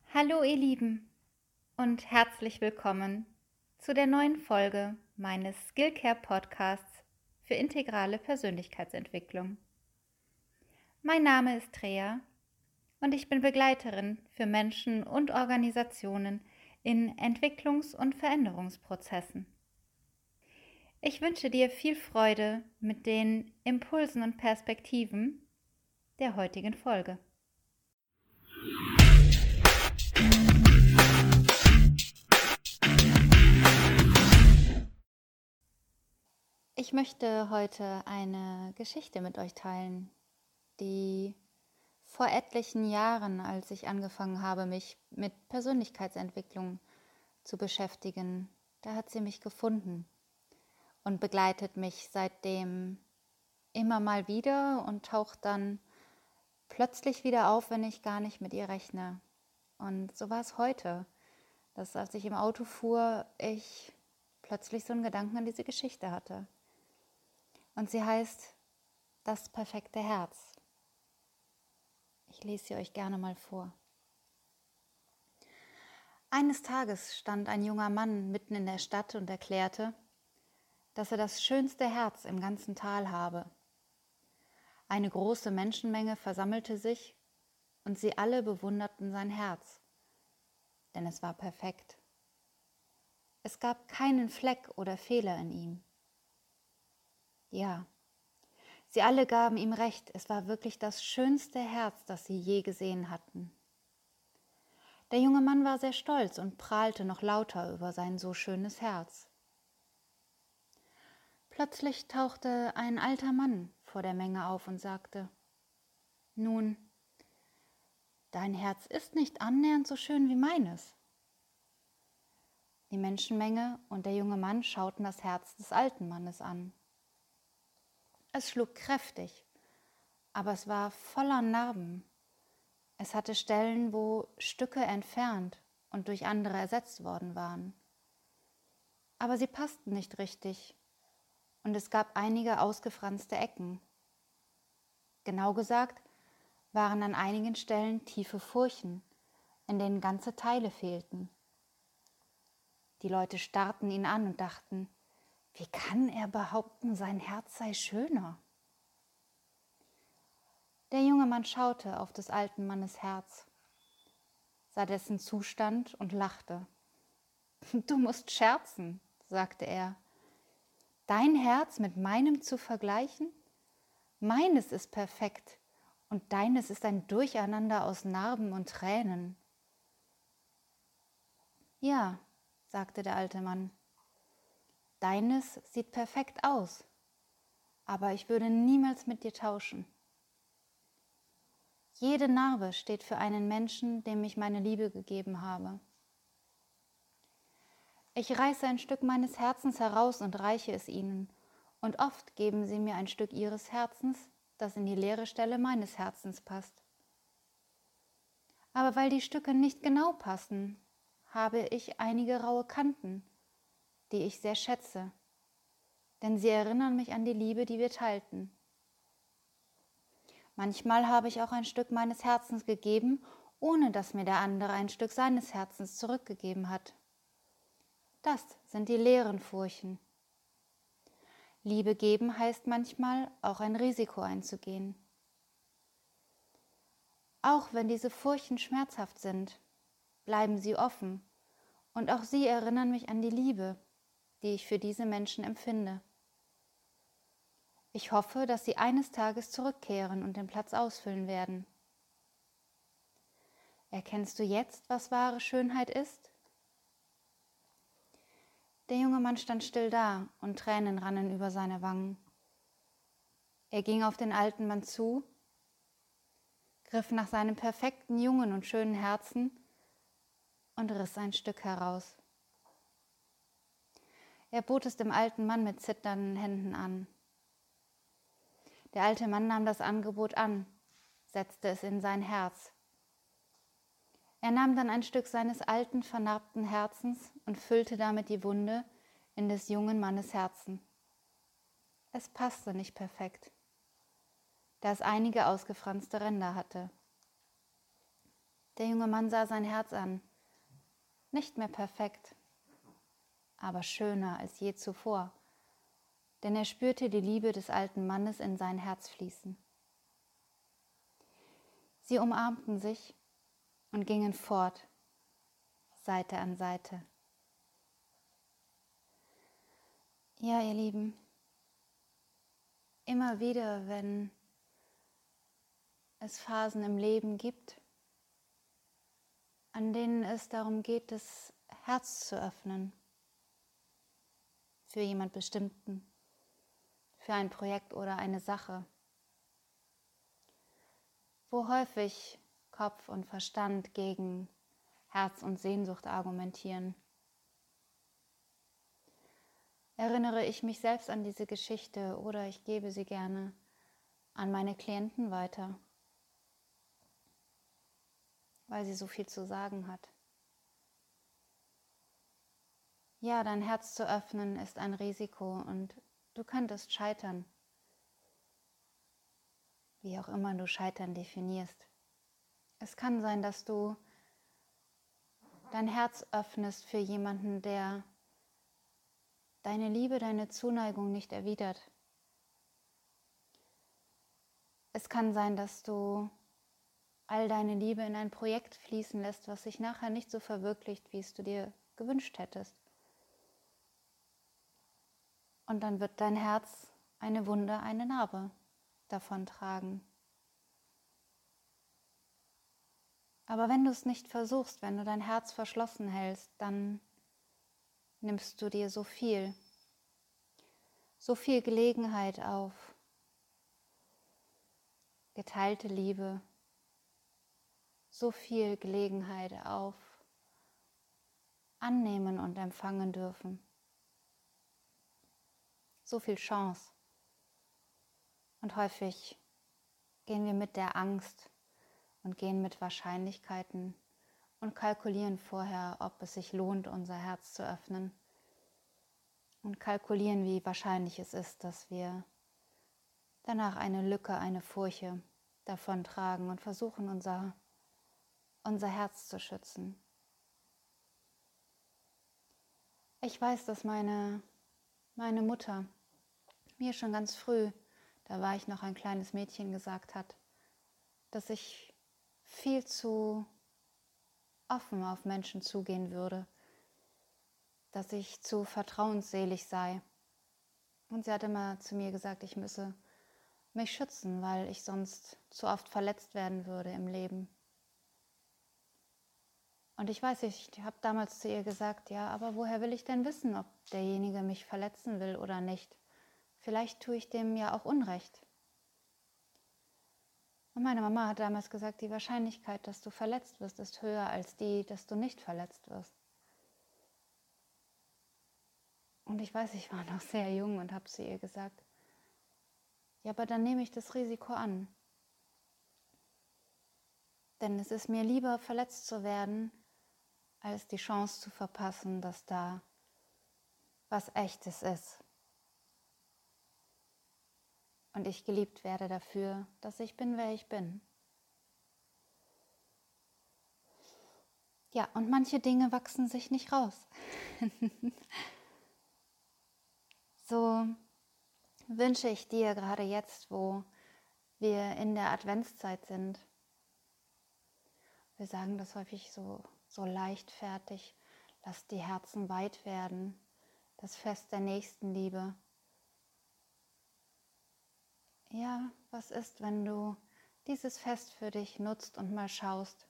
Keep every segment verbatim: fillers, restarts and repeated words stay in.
Hallo ihr Lieben und herzlich willkommen zu der neuen Folge meines Skillcare Podcasts für integrale Persönlichkeitsentwicklung. Mein Name ist Trea und ich bin Begleiterin für Menschen und Organisationen in Entwicklungs- und Veränderungsprozessen. Ich wünsche dir viel Freude mit den Impulsen und Perspektiven der heutigen Folge. Ich möchte heute eine Geschichte mit euch teilen, die vor etlichen Jahren, als ich angefangen habe, mich mit Persönlichkeitsentwicklung zu beschäftigen, da hat sie mich gefunden und begleitet mich seitdem immer mal wieder und taucht dann plötzlich wieder auf, wenn ich gar nicht mit ihr rechne. Und so war es heute, dass als ich im Auto fuhr, ich plötzlich so einen Gedanken an diese Geschichte hatte. Und sie heißt Das perfekte Herz. Ich lese sie euch gerne mal vor. Eines Tages stand ein junger Mann mitten in der Stadt und erklärte, dass er das schönste Herz im ganzen Tal habe. Eine große Menschenmenge versammelte sich und sie alle bewunderten sein Herz, denn es war perfekt. Es gab keinen Fleck oder Fehler in ihm. Ja, sie alle gaben ihm recht, es war wirklich das schönste Herz, das sie je gesehen hatten. Der junge Mann war sehr stolz und prahlte noch lauter über sein so schönes Herz. Plötzlich tauchte ein alter Mann vor der Menge auf und sagte: Nun, dein Herz ist nicht annähernd so schön wie meines. Die Menschenmenge und der junge Mann schauten das Herz des alten Mannes an. Es schlug kräftig, aber es war voller Narben. Es hatte Stellen, wo Stücke entfernt und durch andere ersetzt worden waren. Aber sie passten nicht richtig und es gab einige ausgefranste Ecken. Genau gesagt waren an einigen Stellen tiefe Furchen, in denen ganze Teile fehlten. Die Leute starrten ihn an und dachten: Wie kann er behaupten, sein Herz sei schöner? Der junge Mann schaute auf des alten Mannes Herz, sah dessen Zustand und lachte. Du musst scherzen, sagte er. Dein Herz mit meinem zu vergleichen? Meines ist perfekt und deines ist ein Durcheinander aus Narben und Tränen. Ja, sagte der alte Mann, deines sieht perfekt aus, aber ich würde niemals mit dir tauschen. Jede Narbe steht für einen Menschen, dem ich meine Liebe gegeben habe. Ich reiße ein Stück meines Herzens heraus und reiche es ihnen, und oft geben sie mir ein Stück ihres Herzens, das in die leere Stelle meines Herzens passt. Aber weil die Stücke nicht genau passen, habe ich einige raue Kanten, die ich sehr schätze, denn sie erinnern mich an die Liebe, die wir teilten. Manchmal habe ich auch ein Stück meines Herzens gegeben, ohne dass mir der andere ein Stück seines Herzens zurückgegeben hat. Das sind die leeren Furchen. Liebe geben heißt manchmal, auch ein Risiko einzugehen. Auch wenn diese Furchen schmerzhaft sind, bleiben sie offen, und auch sie erinnern mich an die Liebe, die ich für diese Menschen empfinde. Ich hoffe, dass sie eines Tages zurückkehren und den Platz ausfüllen werden. Erkennst du jetzt, was wahre Schönheit ist? Der junge Mann stand still da und Tränen rannen über seine Wangen. Er ging auf den alten Mann zu, griff nach seinem perfekten, jungen und schönen Herzen und riss ein Stück heraus. Er bot es dem alten Mann mit zitternden Händen an. Der alte Mann nahm das Angebot an, setzte es in sein Herz. Er nahm dann ein Stück seines alten, vernarbten Herzens und füllte damit die Wunde in des jungen Mannes Herzen. Es passte nicht perfekt, da es einige ausgefranste Ränder hatte. Der junge Mann sah sein Herz an. Nicht mehr perfekt, aber schöner als je zuvor, denn er spürte die Liebe des alten Mannes in sein Herz fließen. Sie umarmten sich und gingen fort, Seite an Seite. Ja, ihr Lieben, immer wieder, wenn es Phasen im Leben gibt, an denen es darum geht, das Herz zu öffnen für jemand Bestimmten, für ein Projekt oder eine Sache, wo häufig Kopf und Verstand gegen Herz und Sehnsucht argumentieren. Erinnere ich mich selbst an diese Geschichte oder ich gebe sie gerne an meine Klienten weiter, weil sie so viel zu sagen hat. Ja, dein Herz zu öffnen ist ein Risiko und du könntest scheitern, wie auch immer du Scheitern definierst. Es kann sein, dass du dein Herz öffnest für jemanden, der deine Liebe, deine Zuneigung nicht erwidert. Es kann sein, dass du all deine Liebe in ein Projekt fließen lässt, was sich nachher nicht so verwirklicht, wie es du dir gewünscht hättest. Und dann wird dein Herz eine Wunde, eine Narbe davon tragen. Aber wenn du es nicht versuchst, wenn du dein Herz verschlossen hältst, dann nimmst du dir so viel, so viel Gelegenheit auf geteilte Liebe, so viel Gelegenheit auf annehmen und empfangen dürfen, so viel Chance. Und häufig gehen wir mit der Angst und gehen mit Wahrscheinlichkeiten und kalkulieren vorher, ob es sich lohnt, unser Herz zu öffnen. Und kalkulieren, wie wahrscheinlich es ist, dass wir danach eine Lücke, eine Furche davon tragen und versuchen, unser, unser Herz zu schützen. Ich weiß, dass meine, meine Mutter mir schon ganz früh, da war ich noch ein kleines Mädchen, gesagt hat, dass ich viel zu offen auf Menschen zugehen würde, dass ich zu vertrauensselig sei. Und sie hat immer zu mir gesagt, ich müsse mich schützen, weil ich sonst zu oft verletzt werden würde im Leben. Und ich weiß, ich habe damals zu ihr gesagt, ja, aber woher will ich denn wissen, ob derjenige mich verletzen will oder nicht? Vielleicht tue ich dem ja auch Unrecht. Und meine Mama hat damals gesagt, die Wahrscheinlichkeit, dass du verletzt wirst, ist höher als die, dass du nicht verletzt wirst. Und ich weiß, ich war noch sehr jung und habe zu ihr gesagt, ja, aber dann nehme ich das Risiko an. Denn es ist mir lieber, verletzt zu werden, als die Chance zu verpassen, dass da was Echtes ist. Und ich geliebt werde dafür, dass ich bin, wer ich bin. Ja, und manche Dinge wachsen sich nicht raus. So wünsche ich dir gerade jetzt, wo wir in der Adventszeit sind. Wir sagen das häufig so, so leichtfertig, lass die Herzen weit werden, das Fest der Nächstenliebe. Ja, was ist, wenn du dieses Fest für dich nutzt und mal schaust,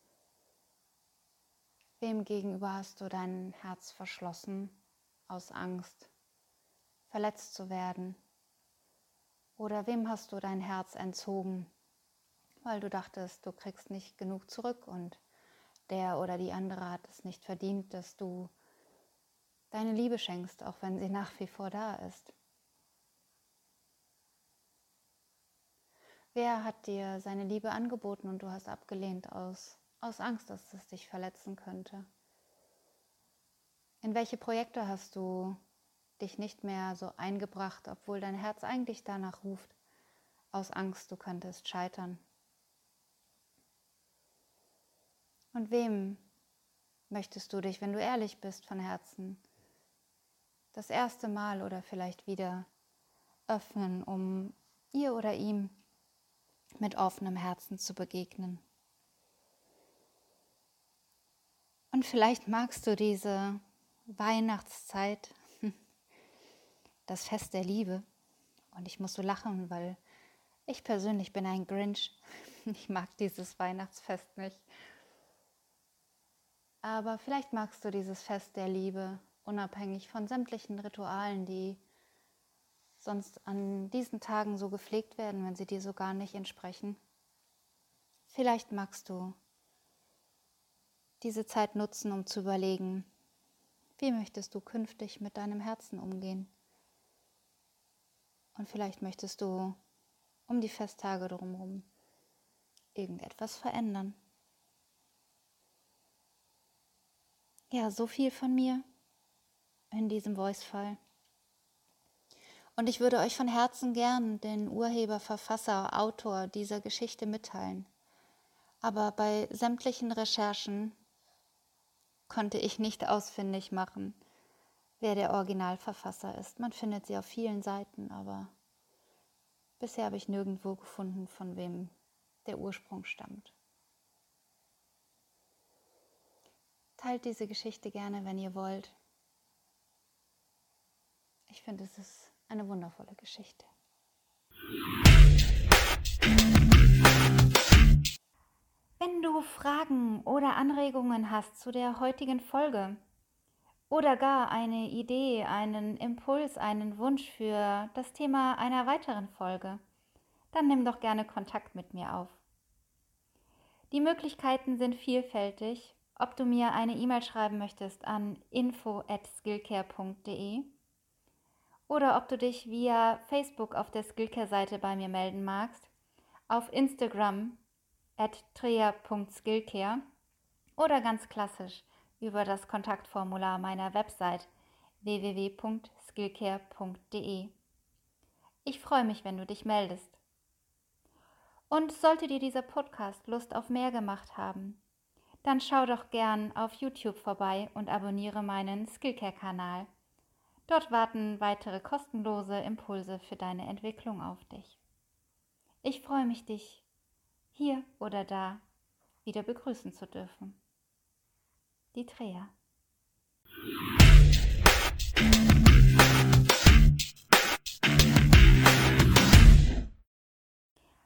wem gegenüber hast du dein Herz verschlossen aus Angst, verletzt zu werden? Oder wem hast du dein Herz entzogen, weil du dachtest, du kriegst nicht genug zurück und der oder die andere hat es nicht verdient, dass du deine Liebe schenkst, auch wenn sie nach wie vor da ist? Wer hat dir seine Liebe angeboten und du hast abgelehnt aus, aus Angst, dass es dich verletzen könnte? In welche Projekte hast du dich nicht mehr so eingebracht, obwohl dein Herz eigentlich danach ruft, aus Angst, du könntest scheitern? Und wem möchtest du dich, wenn du ehrlich bist, von Herzen das erste Mal oder vielleicht wieder öffnen, um ihr oder ihm mit offenem Herzen zu begegnen? Und vielleicht magst du diese Weihnachtszeit, das Fest der Liebe. Und ich muss so lachen, weil ich persönlich bin ein Grinch. Ich mag dieses Weihnachtsfest nicht. Aber vielleicht magst du dieses Fest der Liebe, unabhängig von sämtlichen Ritualen, die sonst an diesen Tagen so gepflegt werden, wenn sie dir so gar nicht entsprechen. Vielleicht magst du diese Zeit nutzen, um zu überlegen, wie möchtest du künftig mit deinem Herzen umgehen? Und vielleicht möchtest du um die Festtage drumherum irgendetwas verändern. Ja, so viel von mir in diesem Voice-File. Und ich würde euch von Herzen gern den Urheber, Verfasser, Autor dieser Geschichte mitteilen. Aber bei sämtlichen Recherchen konnte ich nicht ausfindig machen, wer der Originalverfasser ist. Man findet sie auf vielen Seiten, aber bisher habe ich nirgendwo gefunden, von wem der Ursprung stammt. Teilt diese Geschichte gerne, wenn ihr wollt. Ich finde, es ist eine wundervolle Geschichte. Wenn du Fragen oder Anregungen hast zu der heutigen Folge oder gar eine Idee, einen Impuls, einen Wunsch für das Thema einer weiteren Folge, dann nimm doch gerne Kontakt mit mir auf. Die Möglichkeiten sind vielfältig, ob du mir eine E-Mail schreiben möchtest an info at skillcare punkt de oder ob du dich via Facebook auf der Skillcare-Seite bei mir melden magst, auf Instagram at trea punkt skillcare oder ganz klassisch über das Kontaktformular meiner Website w w w punkt skillcare punkt de. Ich freue mich, wenn du dich meldest. Und sollte dir dieser Podcast Lust auf mehr gemacht haben, dann schau doch gern auf YouTube vorbei und abonniere meinen Skillcare-Kanal. Dort warten weitere kostenlose Impulse für deine Entwicklung auf dich. Ich freue mich, dich hier oder da wieder begrüßen zu dürfen. Die Trea.